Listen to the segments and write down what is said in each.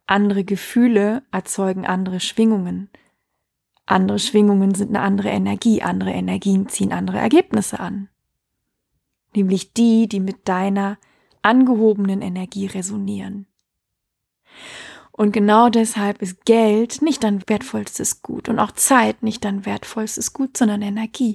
andere Gefühle erzeugen andere Schwingungen. Andere Schwingungen sind eine andere Energie. Andere Energien ziehen andere Ergebnisse an. Nämlich die mit deiner angehobenen Energie resonieren. Und genau deshalb ist Geld nicht dein wertvollstes Gut und auch Zeit nicht dein wertvollstes Gut, sondern Energie.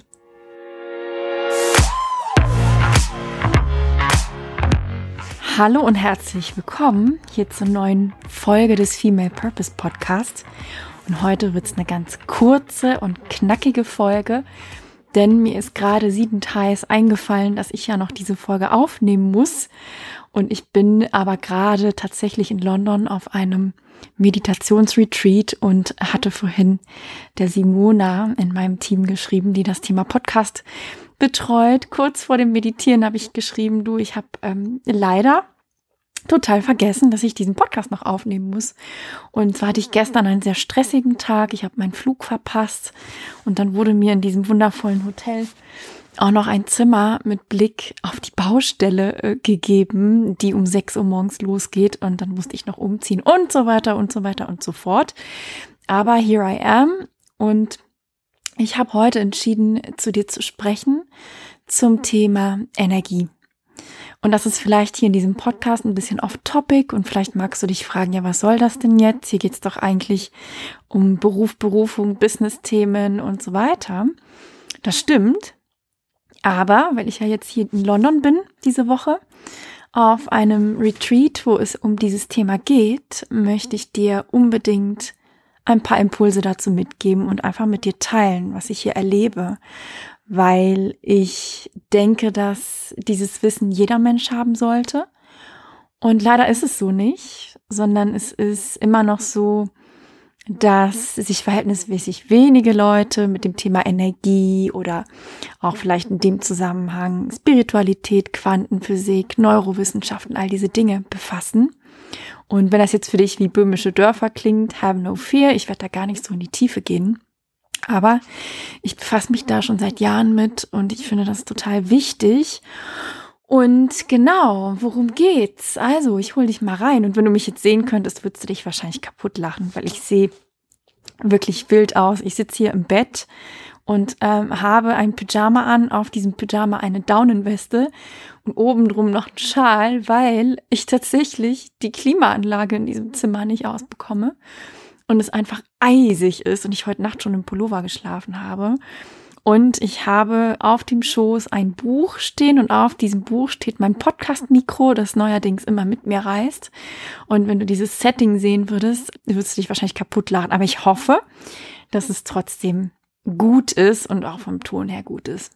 Hallo und herzlich willkommen hier zur neuen Folge des Female Purpose Podcasts. Und heute wird es eine ganz kurze und knackige Folge, denn mir ist gerade siedendheiß eingefallen, dass ich ja noch diese Folge aufnehmen muss. Und ich bin aber gerade tatsächlich in London auf einem Meditationsretreat und hatte vorhin der Simona in meinem Team geschrieben, die das Thema Podcast betreut. Kurz vor dem Meditieren habe ich geschrieben, ich habe leider total vergessen, dass ich diesen Podcast noch aufnehmen muss. Und zwar hatte ich gestern einen sehr stressigen Tag. Ich habe meinen Flug verpasst und dann wurde mir in diesem wundervollen Hotel auch noch ein Zimmer mit Blick auf die Baustelle gegeben, die um 6 Uhr morgens losgeht, und dann musste ich noch umziehen und so weiter und so weiter und so fort. Aber here I am, und ich habe heute entschieden, zu dir zu sprechen zum Thema Energie. Und das ist vielleicht hier in diesem Podcast ein bisschen off-topic und vielleicht magst du dich fragen, ja, was soll das denn jetzt? Hier geht es doch eigentlich um Beruf, Berufung, Business-Themen und so weiter. Das stimmt, aber weil ich ja jetzt hier in London bin diese Woche auf einem Retreat, wo es um dieses Thema geht, möchte ich dir unbedingt ein paar Impulse dazu mitgeben und einfach mit dir teilen, was ich hier erlebe, weil ich denke, dass dieses Wissen jeder Mensch haben sollte. Und leider ist es so nicht, sondern es ist immer noch so, dass sich verhältnismäßig wenige Leute mit dem Thema Energie oder auch vielleicht in dem Zusammenhang Spiritualität, Quantenphysik, Neurowissenschaften, all diese Dinge befassen. Und wenn das jetzt für dich wie böhmische Dörfer klingt, have no fear, ich werde da gar nicht so in die Tiefe gehen. Aber ich befasse mich da schon seit Jahren mit und ich finde das total wichtig. Und genau, worum geht's? Also, ich hole dich mal rein. Und wenn du mich jetzt sehen könntest, würdest du dich wahrscheinlich kaputt lachen, weil ich sehe wirklich wild aus. Ich sitze hier im Bett und habe ein Pyjama an, auf diesem Pyjama eine Daunenweste und oben drum noch einen Schal, weil ich tatsächlich die Klimaanlage in diesem Zimmer nicht ausbekomme und es einfach eisig ist und ich heute Nacht schon im Pullover geschlafen habe. Und ich habe auf dem Schoß ein Buch stehen und auf diesem Buch steht mein Podcast-Mikro, das neuerdings immer mit mir reist. Und wenn du dieses Setting sehen würdest du dich wahrscheinlich kaputt lachen. Aber ich hoffe, dass es trotzdem gut ist und auch vom Ton her gut ist.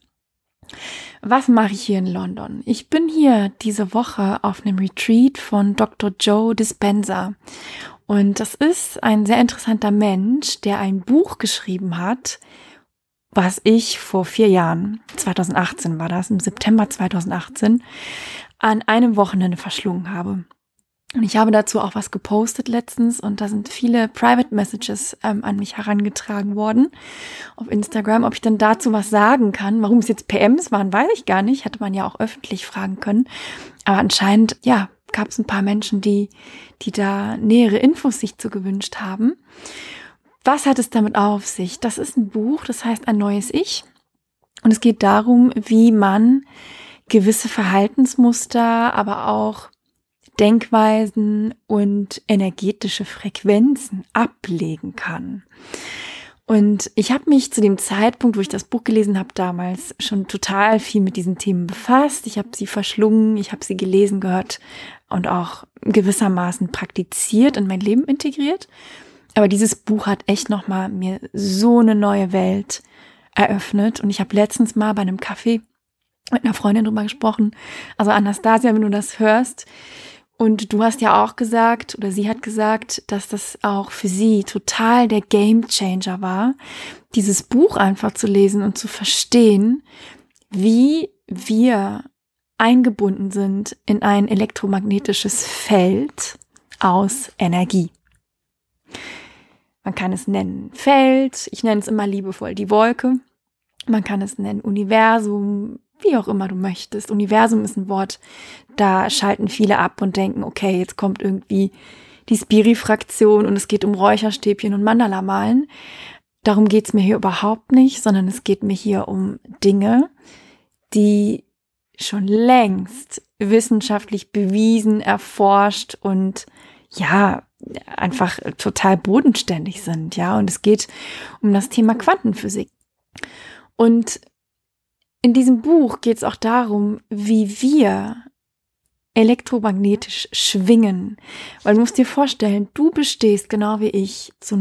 Was mache ich hier in London? Ich bin hier diese Woche auf einem Retreat von Dr. Joe Dispenza. Und das ist ein sehr interessanter Mensch, der ein Buch geschrieben hat, was ich vor 4 Jahren, 2018 war das, im September 2018, an einem Wochenende verschlungen habe. Und ich habe dazu auch was gepostet letztens und da sind viele Private Messages an mich herangetragen worden auf Instagram. Ob ich dann dazu was sagen kann, warum es jetzt PMs waren, weiß ich gar nicht. Hätte man ja auch öffentlich fragen können. Aber anscheinend, ja, gab es ein paar Menschen, die da nähere Infos sich zu gewünscht haben. Was hat es damit auf sich? Das ist ein Buch, das heißt Ein neues Ich. Und es geht darum, wie man gewisse Verhaltensmuster, aber auch Denkweisen und energetische Frequenzen ablegen kann. Und ich habe mich zu dem Zeitpunkt, wo ich das Buch gelesen habe, damals schon total viel mit diesen Themen befasst. Ich habe sie verschlungen, ich habe sie gelesen, gehört und auch gewissermaßen praktiziert in mein Leben integriert. Aber dieses Buch hat echt nochmal mir so eine neue Welt eröffnet. Und ich habe letztens mal bei einem Kaffee mit einer Freundin drüber gesprochen. Also Anastasia, wenn du das hörst. Und du hast ja auch gesagt, oder sie hat gesagt, dass das auch für sie total der Gamechanger war, dieses Buch einfach zu lesen und zu verstehen, wie wir eingebunden sind in ein elektromagnetisches Feld aus Energie. Man kann es nennen Feld, ich nenne es immer liebevoll die Wolke. Man kann es nennen Universum, wie auch immer du möchtest. Universum ist ein Wort, da schalten viele ab und denken, okay, jetzt kommt irgendwie die Spiri-Fraktion und es geht um Räucherstäbchen und Mandala malen. Darum geht's mir hier überhaupt nicht, sondern es geht mir hier um Dinge, die schon längst wissenschaftlich bewiesen, erforscht und ja, einfach total bodenständig sind, ja. Und es geht um das Thema Quantenphysik. Und in diesem Buch geht es auch darum, wie wir elektromagnetisch schwingen. Weil du musst dir vorstellen, du bestehst genau wie ich zu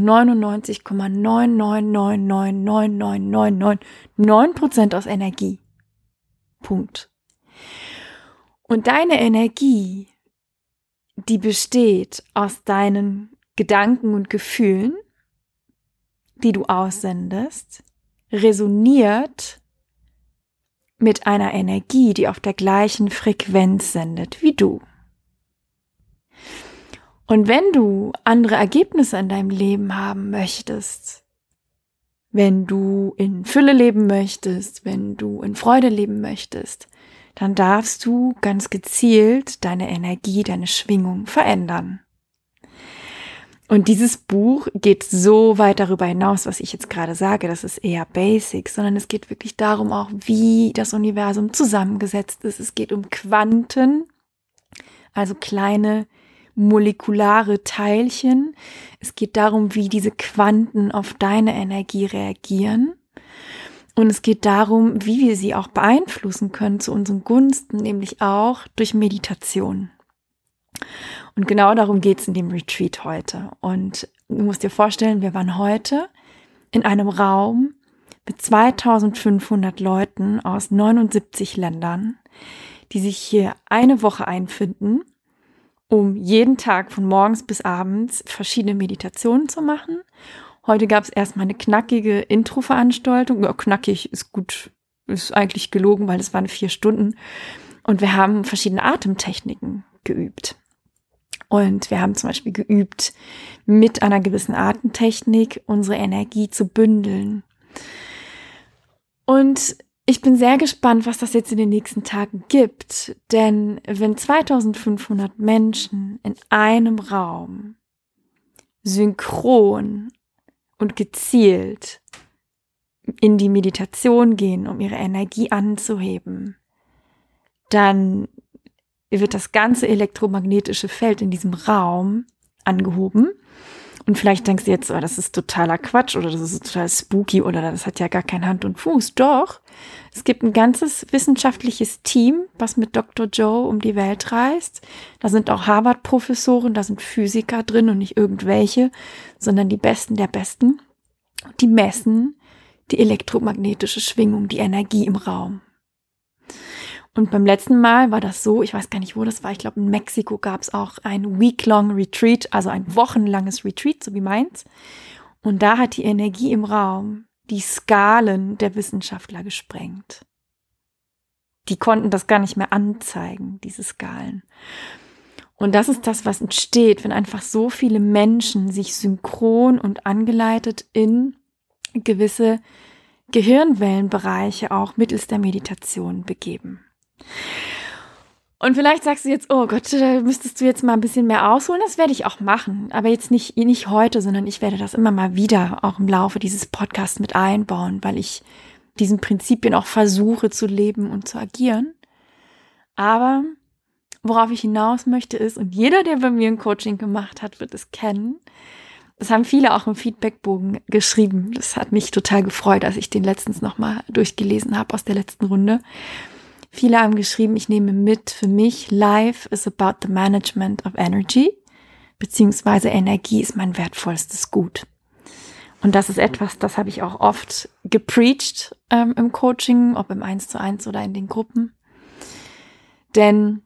99,999999999% aus Energie. Punkt. Und deine Energie, die besteht aus deinen Gedanken und Gefühlen, die du aussendest, resoniert mit einer Energie, die auf der gleichen Frequenz sendet wie du. Und wenn du andere Ergebnisse in deinem Leben haben möchtest, wenn du in Fülle leben möchtest, wenn du in Freude leben möchtest, dann darfst du ganz gezielt deine Energie, deine Schwingung verändern. Und dieses Buch geht so weit darüber hinaus, was ich jetzt gerade sage, das ist eher basic, sondern es geht wirklich darum auch, wie das Universum zusammengesetzt ist. Es geht um Quanten, also kleine molekulare Teilchen. Es geht darum, wie diese Quanten auf deine Energie reagieren. Und es geht darum, wie wir sie auch beeinflussen können zu unseren Gunsten, nämlich auch durch Meditation. Und genau darum geht es in dem Retreat heute. Und du musst dir vorstellen, wir waren heute in einem Raum mit 2500 Leuten aus 79 Ländern, die sich hier eine Woche einfinden, um jeden Tag von morgens bis abends verschiedene Meditationen zu machen. Heute gab es erstmal eine knackige Intro-Veranstaltung. Ja, knackig ist gut, ist eigentlich gelogen, weil es waren 4 Stunden. Und wir haben verschiedene Atemtechniken geübt. Und wir haben zum Beispiel geübt, mit einer gewissen Atemtechnik unsere Energie zu bündeln. Und ich bin sehr gespannt, was das jetzt in den nächsten Tagen gibt. Denn wenn 2500 Menschen in einem Raum synchron und gezielt in die Meditation gehen, um ihre Energie anzuheben, dann wird das ganze elektromagnetische Feld in diesem Raum angehoben. Und vielleicht denkst du jetzt, oh, das ist totaler Quatsch oder das ist total spooky oder das hat ja gar kein Hand und Fuß. Doch, es gibt ein ganzes wissenschaftliches Team, was mit Dr. Joe um die Welt reist. Da sind auch Harvard-Professoren, da sind Physiker drin und nicht irgendwelche, sondern die Besten der Besten. Die messen die elektromagnetische Schwingung, die Energie im Raum. Und beim letzten Mal war das so, ich weiß gar nicht, wo das war, ich glaube in Mexiko gab es auch ein week-long Retreat, also ein wochenlanges Retreat, so wie meins. Und da hat die Energie im Raum die Skalen der Wissenschaftler gesprengt. Die konnten das gar nicht mehr anzeigen, diese Skalen. Und das ist das, was entsteht, wenn einfach so viele Menschen sich synchron und angeleitet in gewisse Gehirnwellenbereiche auch mittels der Meditation begeben. Und vielleicht sagst du jetzt, oh Gott, da müsstest du jetzt mal ein bisschen mehr ausholen. Das werde ich auch machen, aber jetzt nicht heute, sondern ich werde das immer mal wieder auch im Laufe dieses Podcasts mit einbauen, weil ich diesen Prinzipien auch versuche zu leben und zu agieren. Aber worauf ich hinaus möchte ist, und jeder, der bei mir ein Coaching gemacht hat, wird es kennen. Das haben viele auch im Feedbackbogen geschrieben. Das hat mich total gefreut, als ich den letztens nochmal durchgelesen habe aus der letzten Runde. Viele haben geschrieben, ich nehme mit, für mich, Life is about the management of energy, beziehungsweise Energie ist mein wertvollstes Gut. Und das ist etwas, das habe ich auch oft gepreacht im Coaching, ob im 1:1 oder in den Gruppen. Denn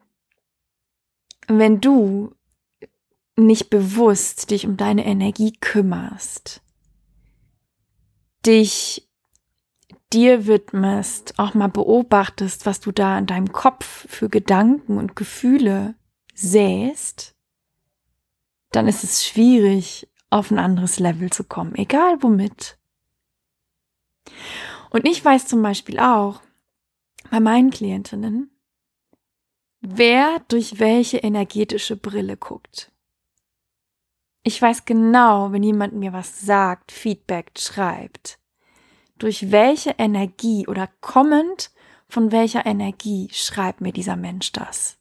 wenn du nicht bewusst dich um deine Energie kümmerst, dir widmest, auch mal beobachtest, was du da in deinem Kopf für Gedanken und Gefühle sähst, dann ist es schwierig, auf ein anderes Level zu kommen, egal womit. Und ich weiß zum Beispiel auch bei meinen Klientinnen, wer durch welche energetische Brille guckt. Ich weiß genau, wenn jemand mir was sagt, Feedback schreibt, durch welche Energie oder kommend von welcher Energie schreibt mir dieser Mensch das.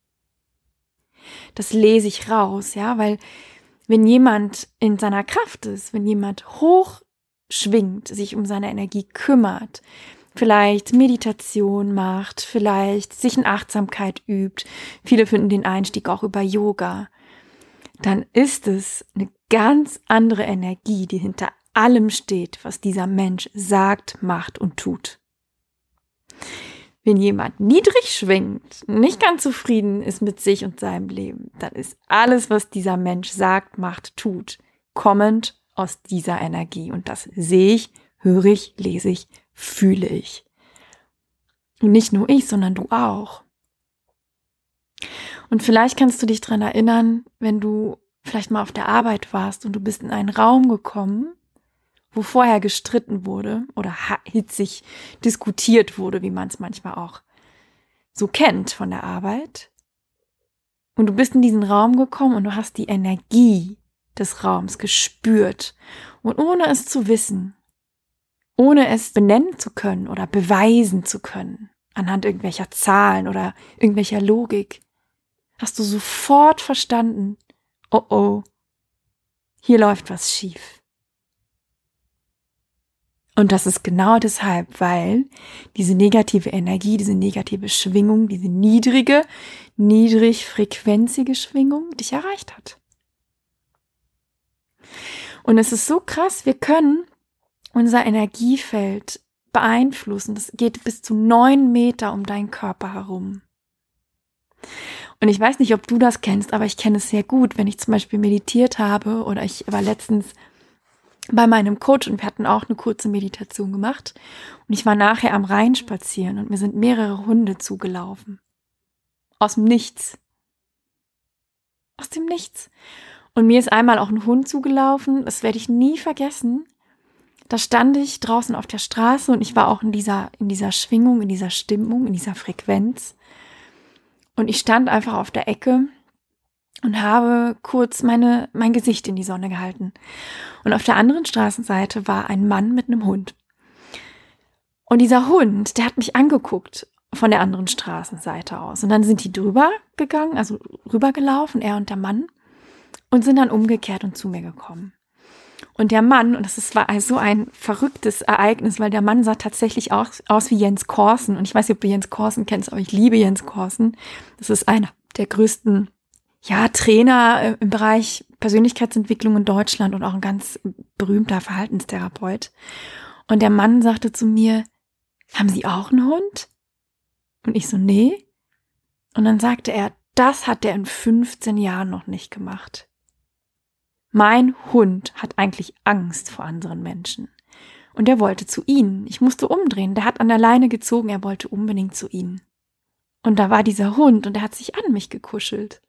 Das lese ich raus, ja, weil wenn jemand in seiner Kraft ist, wenn jemand hoch schwingt, sich um seine Energie kümmert, vielleicht Meditation macht, vielleicht sich in Achtsamkeit übt, viele finden den Einstieg auch über Yoga, dann ist es eine ganz andere Energie, die hinter allem steht, was dieser Mensch sagt, macht und tut. Wenn jemand niedrig schwingt, nicht ganz zufrieden ist mit sich und seinem Leben, dann ist alles, was dieser Mensch sagt, macht, tut, kommend aus dieser Energie. Und das sehe ich, höre ich, lese ich, fühle ich. Und nicht nur ich, sondern du auch. Und vielleicht kannst du dich daran erinnern, wenn du vielleicht mal auf der Arbeit warst und du bist in einen Raum gekommen, wo vorher gestritten wurde oder hitzig diskutiert wurde, wie man es manchmal auch so kennt von der Arbeit. Und du bist in diesen Raum gekommen und du hast die Energie des Raums gespürt. Und ohne es zu wissen, ohne es benennen zu können oder beweisen zu können, anhand irgendwelcher Zahlen oder irgendwelcher Logik, hast du sofort verstanden, oh, hier läuft was schief. Und das ist genau deshalb, weil diese negative Energie, diese negative Schwingung, diese niedrigfrequenzige Schwingung dich erreicht hat. Und es ist so krass, wir können unser Energiefeld beeinflussen. Das geht bis zu 9 Meter um deinen Körper herum. Und ich weiß nicht, ob du das kennst, aber ich kenne es sehr gut, wenn ich zum Beispiel meditiert habe oder ich war letztens bei meinem Coach und wir hatten auch eine kurze Meditation gemacht und ich war nachher am Rhein spazieren und mir sind mehrere Hunde zugelaufen. Aus dem Nichts. Aus dem Nichts. Und mir ist einmal auch ein Hund zugelaufen, das werde ich nie vergessen. Da stand ich draußen auf der Straße und ich war auch in dieser Schwingung, in dieser Stimmung, in dieser Frequenz. Und ich stand einfach auf der Ecke und habe kurz mein Gesicht in die Sonne gehalten. Und auf der anderen Straßenseite war ein Mann mit einem Hund. Und dieser Hund, der hat mich angeguckt von der anderen Straßenseite aus. Und dann sind die drüber gegangen, also rübergelaufen, er und der Mann, und sind dann umgekehrt und zu mir gekommen. Und der Mann, und war so ein verrücktes Ereignis, weil der Mann sah tatsächlich aus wie Jens Korsen. Und ich weiß nicht, ob du Jens Korsen kennst, aber ich liebe Jens Korsen. Das ist einer der größten Trainer im Bereich Persönlichkeitsentwicklung in Deutschland und auch ein ganz berühmter Verhaltenstherapeut. Und der Mann sagte zu mir, haben Sie auch einen Hund? Und ich so, nee. Und dann sagte er, das hat der in 15 Jahren noch nicht gemacht. Mein Hund hat eigentlich Angst vor anderen Menschen. Und er wollte zu ihnen. Ich musste umdrehen. Der hat an der Leine gezogen, er wollte unbedingt zu ihnen. Und da war dieser Hund und er hat sich an mich gekuschelt.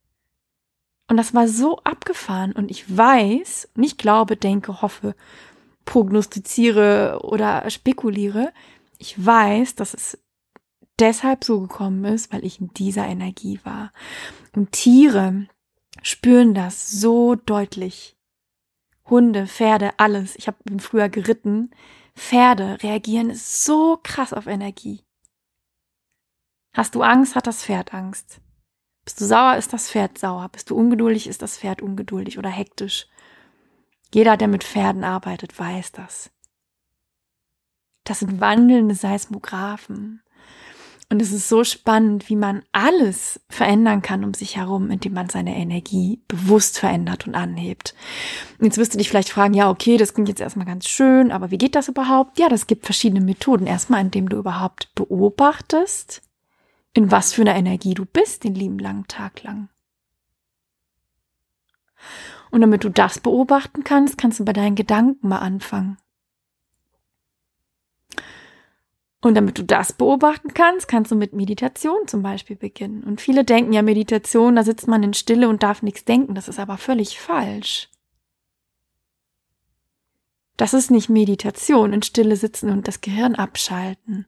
Und das war so abgefahren. Und ich weiß, nicht glaube, denke, hoffe, prognostiziere oder spekuliere. Ich weiß, dass es deshalb so gekommen ist, weil ich in dieser Energie war. Und Tiere spüren das so deutlich. Hunde, Pferde, alles. Ich bin früher geritten. Pferde reagieren so krass auf Energie. Hast du Angst, hat das Pferd Angst. Bist du sauer, ist das Pferd sauer. Bist du ungeduldig, ist das Pferd ungeduldig oder hektisch. Jeder, der mit Pferden arbeitet, weiß das. Das sind wandelnde Seismographen. Und es ist so spannend, wie man alles verändern kann um sich herum, indem man seine Energie bewusst verändert und anhebt. Und jetzt wirst du dich vielleicht fragen, ja, okay, das klingt jetzt erstmal ganz schön, aber wie geht das überhaupt? Ja, das gibt verschiedene Methoden. Erstmal, indem du überhaupt beobachtest, in was für einer Energie du bist, den lieben langen Tag lang. Und damit du das beobachten kannst, kannst du bei deinen Gedanken mal anfangen. Und damit du das beobachten kannst, kannst du mit Meditation zum Beispiel beginnen. Und viele denken ja, Meditation, da sitzt man in Stille und darf nichts denken. Das ist aber völlig falsch. Das ist nicht Meditation, in Stille sitzen und das Gehirn abschalten.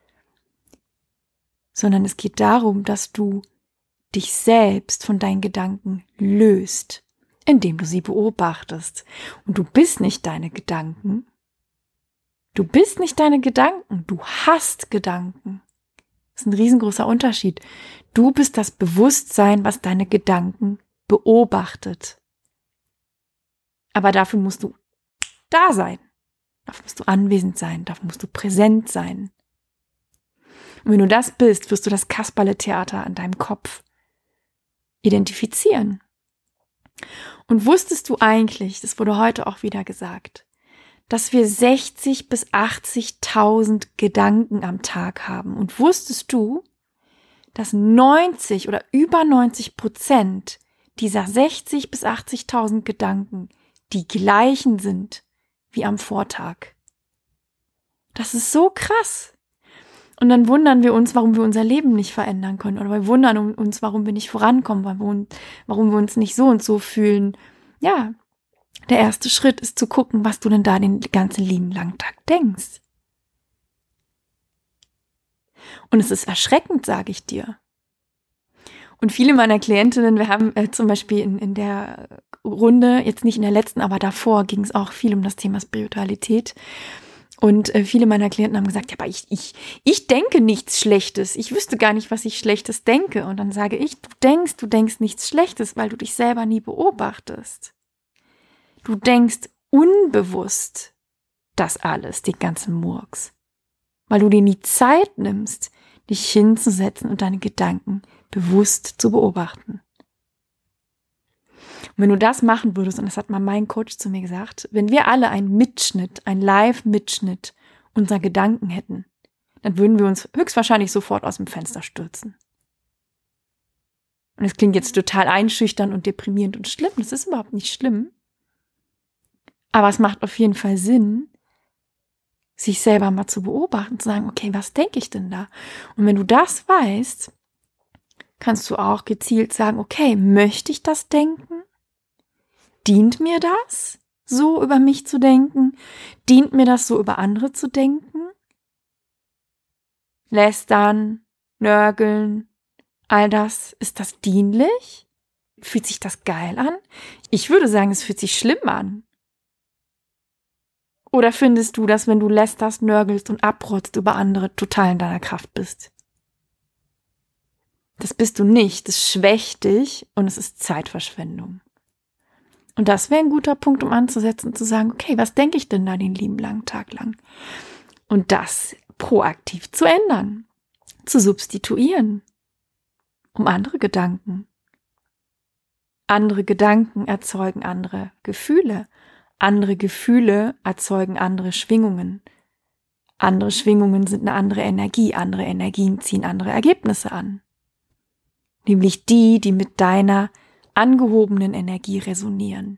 Sondern es geht darum, dass du dich selbst von deinen Gedanken löst. indem du sie beobachtest. Und du bist nicht deine Gedanken. Du bist nicht deine Gedanken. Du hast Gedanken. Das ist ein riesengroßer Unterschied. Du bist das Bewusstsein, was deine Gedanken beobachtet. Aber dafür musst du da sein. Dafür musst du anwesend sein. Dafür musst du präsent sein. Und wenn du das bist, wirst du das Kasperle-Theater an deinem Kopf identifizieren. Und wusstest du eigentlich, das wurde heute auch wieder gesagt, dass wir 60.000 bis 80.000 Gedanken am Tag haben? Und wusstest du, dass 90 oder über 90% dieser 60.000 bis 80.000 Gedanken die gleichen sind wie am Vortag? Das ist so krass. Und dann wundern wir uns, warum wir unser Leben nicht verändern können. Oder wir wundern uns, warum wir nicht vorankommen, warum wir uns nicht so und so fühlen. Ja, der erste Schritt ist zu gucken, was du denn da den ganzen lieben langen Tag denkst. Und es ist erschreckend, sage ich dir. Und viele meiner Klientinnen, wir haben zum Beispiel in der Runde, jetzt nicht in der letzten, aber davor ging es auch viel um das Thema Spiritualität. Und viele meiner Klienten haben gesagt, ja, aber ich denke nichts Schlechtes. Ich wüsste gar nicht, was ich Schlechtes denke. Und dann sage ich, du denkst nichts Schlechtes, weil du dich selber nie beobachtest. Du denkst unbewusst das alles, den ganzen Murks. Weil du dir nie Zeit nimmst, dich hinzusetzen und deine Gedanken bewusst zu beobachten. Und wenn du das machen würdest, und das hat mal mein Coach zu mir gesagt, wenn wir alle einen Live-Mitschnitt unserer Gedanken hätten, dann würden wir uns höchstwahrscheinlich sofort aus dem Fenster stürzen. Und es klingt jetzt total einschüchternd und deprimierend und schlimm. Das ist überhaupt nicht schlimm. Aber es macht auf jeden Fall Sinn, sich selber mal zu beobachten, zu sagen, okay, was denke ich denn da? Und wenn du das weißt, kannst du auch gezielt sagen, okay, möchte ich das denken? Dient mir das, so über mich zu denken? Dient mir das, so über andere zu denken? Lästern, nörgeln, all das, ist das dienlich? Fühlt sich das geil an? Ich würde sagen, es fühlt sich schlimm an. Oder findest du, dass wenn du lästerst, nörgelst und abrotzt über andere, total in deiner Kraft bist? Das bist du nicht, das schwächt dich und es ist Zeitverschwendung. Und das wäre ein guter Punkt, um anzusetzen, zu sagen, okay, was denke ich denn da den lieben langen Tag lang? Und das proaktiv zu ändern, zu substituieren, um andere Gedanken. Andere Gedanken erzeugen andere Gefühle. Andere Gefühle erzeugen andere Schwingungen. Andere Schwingungen sind eine andere Energie. Andere Energien ziehen andere Ergebnisse an. Nämlich die mit deiner angehobenen Energie resonieren.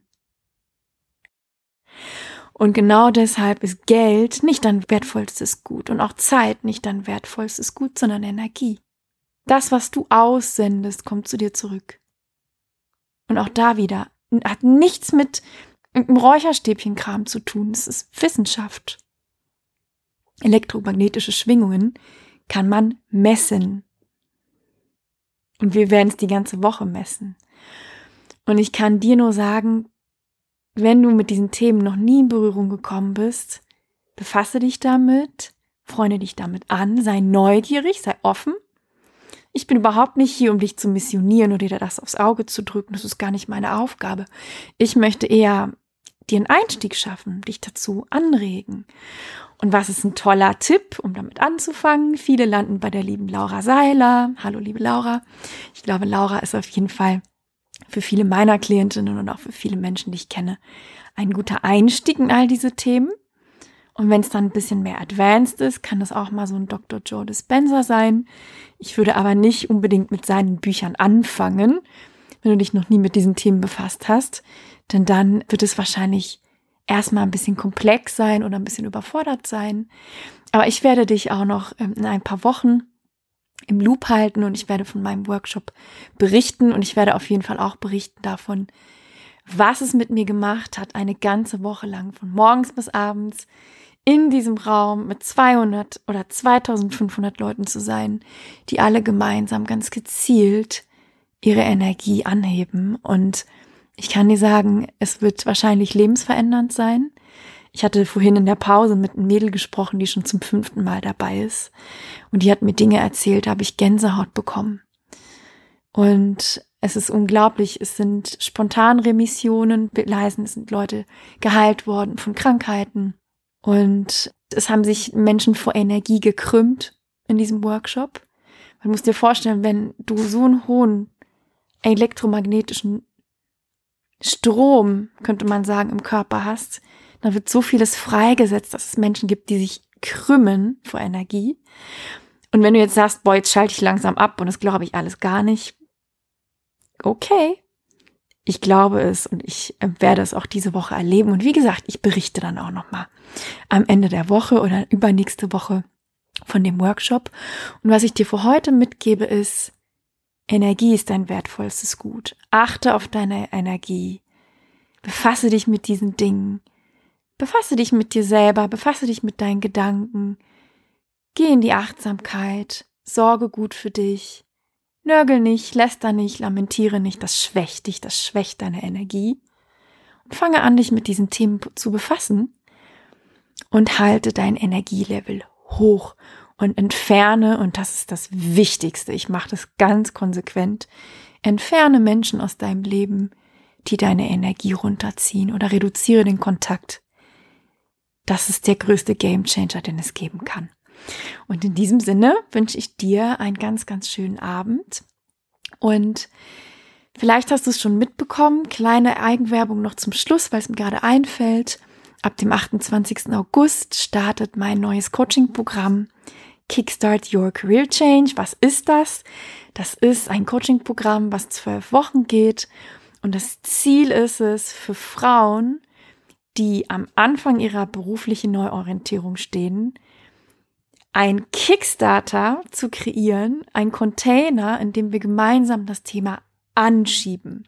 Und genau deshalb ist Geld nicht dein wertvollstes Gut und auch Zeit nicht dein wertvollstes Gut, sondern Energie. Das, was du aussendest, kommt zu dir zurück. Und auch da wieder, hat nichts mit einem Räucherstäbchenkram zu tun. Es ist Wissenschaft. Elektromagnetische Schwingungen kann man messen. Und wir werden es die ganze Woche messen. Und ich kann dir nur sagen, wenn du mit diesen Themen noch nie in Berührung gekommen bist, befasse dich damit, freunde dich damit an, sei neugierig, sei offen. Ich bin überhaupt nicht hier, um dich zu missionieren oder dir das aufs Auge zu drücken. Das ist gar nicht meine Aufgabe. Ich möchte eher dir einen Einstieg schaffen, dich dazu anregen. Und was ist ein toller Tipp, um damit anzufangen? Viele landen bei der lieben Laura Seiler. Hallo, liebe Laura. Ich glaube, Laura ist auf jeden Fall für viele meiner Klientinnen und auch für viele Menschen, die ich kenne, ein guter Einstieg in all diese Themen. Und wenn es dann ein bisschen mehr advanced ist, kann das auch mal so ein Dr. Joe Dispenza sein. Ich würde aber nicht unbedingt mit seinen Büchern anfangen, wenn du dich noch nie mit diesen Themen befasst hast. Denn dann wird es wahrscheinlich erstmal ein bisschen komplex sein oder ein bisschen überfordert sein. Aber ich werde dich auch noch in ein paar Wochen im Loop halten und ich werde von meinem Workshop berichten und ich werde auf jeden Fall auch berichten davon, was es mit mir gemacht hat, eine ganze Woche lang von morgens bis abends in diesem Raum mit 200 oder 2500 Leuten zu sein, die alle gemeinsam ganz gezielt ihre Energie anheben und Ich kann dir sagen, es wird wahrscheinlich lebensverändernd sein. Ich hatte vorhin in der Pause mit einem Mädel gesprochen, die schon zum 5. Mal dabei ist. Und die hat mir Dinge erzählt, da habe ich Gänsehaut bekommen. Und es ist unglaublich, es sind Spontanremissionen beleisen, es sind Leute geheilt worden von Krankheiten. Und es haben sich Menschen vor Energie gekrümmt in diesem Workshop. Man muss dir vorstellen, wenn du so einen hohen elektromagnetischen Strom, könnte man sagen, im Körper hast, dann wird so vieles freigesetzt, dass es Menschen gibt, die sich krümmen vor Energie. Und wenn du jetzt sagst, boah, jetzt schalte ich langsam ab und das glaube ich alles gar nicht, okay, ich glaube es und ich werde es auch diese Woche erleben. Und wie gesagt, ich berichte dann auch nochmal am Ende der Woche oder übernächste Woche von dem Workshop. Und was ich dir für heute mitgebe ist, Energie ist dein wertvollstes Gut. Achte auf deine Energie. Befasse dich mit diesen Dingen. Befasse dich mit dir selber, befasse dich mit deinen Gedanken. Geh in die Achtsamkeit, sorge gut für dich. Nörgel nicht, läster nicht, lamentiere nicht, das schwächt dich, das schwächt deine Energie. Und fange an, dich mit diesen Themen zu befassen und halte dein Energielevel hoch und entferne, und das ist das Wichtigste, ich mache das ganz konsequent, entferne Menschen aus deinem Leben, die deine Energie runterziehen, oder reduziere den Kontakt. Das ist der größte Gamechanger, den es geben kann. Und in diesem Sinne wünsche ich dir einen ganz, ganz schönen Abend. Und vielleicht hast du es schon mitbekommen, kleine Eigenwerbung noch zum Schluss, weil es mir gerade einfällt. Ab dem 28. August startet mein neues Coaching-Programm Kickstart Your Career Change. Was ist das? Das ist ein Coaching-Programm, was 12 Wochen geht. Und das Ziel ist es für Frauen, die am Anfang ihrer beruflichen Neuorientierung stehen, ein Kickstarter zu kreieren, ein Container, in dem wir gemeinsam das Thema anschieben.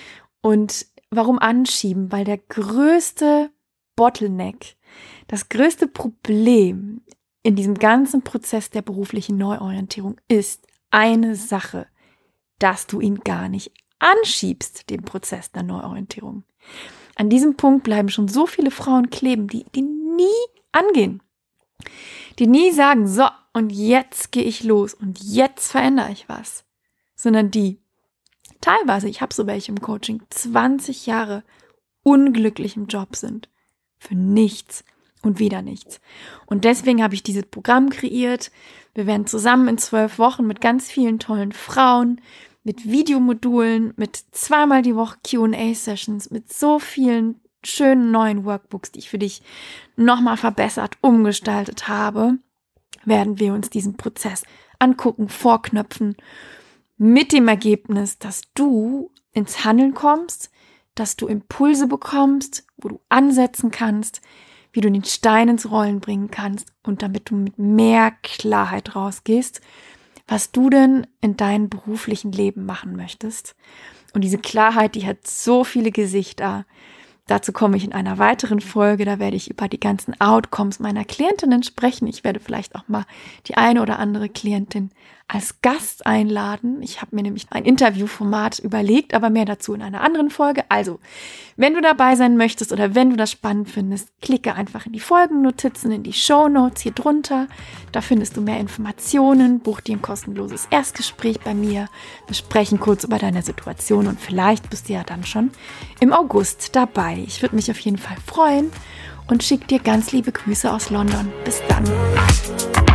Und warum anschieben? Weil der größte Bottleneck, das größte Problem in diesem ganzen Prozess der beruflichen Neuorientierung ist eine Sache, dass du ihn gar nicht anschiebst, den Prozess der Neuorientierung. An diesem Punkt bleiben schon so viele Frauen kleben, die nie angehen. Die nie sagen, so, und jetzt gehe ich los und jetzt verändere ich was. Sondern die teilweise, ich habe so welche im Coaching, 20 Jahre unglücklich im Job sind. Für nichts und wieder nichts. Und deswegen habe ich dieses Programm kreiert. Wir werden zusammen in 12 Wochen mit ganz vielen tollen Frauen, mit Videomodulen, mit 2-mal die Woche Q&A-Sessions, mit so vielen schönen neuen Workbooks, die ich für dich nochmal verbessert, umgestaltet habe, werden wir uns diesen Prozess angucken, vorknöpfen, mit dem Ergebnis, dass du ins Handeln kommst, dass du Impulse bekommst, wo du ansetzen kannst, wie du den Stein ins Rollen bringen kannst und damit du mit mehr Klarheit rausgehst, was du denn in deinem beruflichen Leben machen möchtest. Und diese Klarheit, die hat so viele Gesichter. Dazu komme ich in einer weiteren Folge, da werde ich über die ganzen Outcomes meiner Klientinnen sprechen. Ich werde vielleicht auch mal die eine oder andere Klientin als Gast einladen. Ich habe mir nämlich ein Interviewformat überlegt, aber mehr dazu in einer anderen Folge. Also, wenn du dabei sein möchtest oder wenn du das spannend findest, klicke einfach in die Folgennotizen, in die Shownotes hier drunter. Da findest du mehr Informationen, buch dir ein kostenloses Erstgespräch bei mir. Wir sprechen kurz über deine Situation und vielleicht bist du ja dann schon im August dabei. Ich würde mich auf jeden Fall freuen und schicke dir ganz liebe Grüße aus London. Bis dann.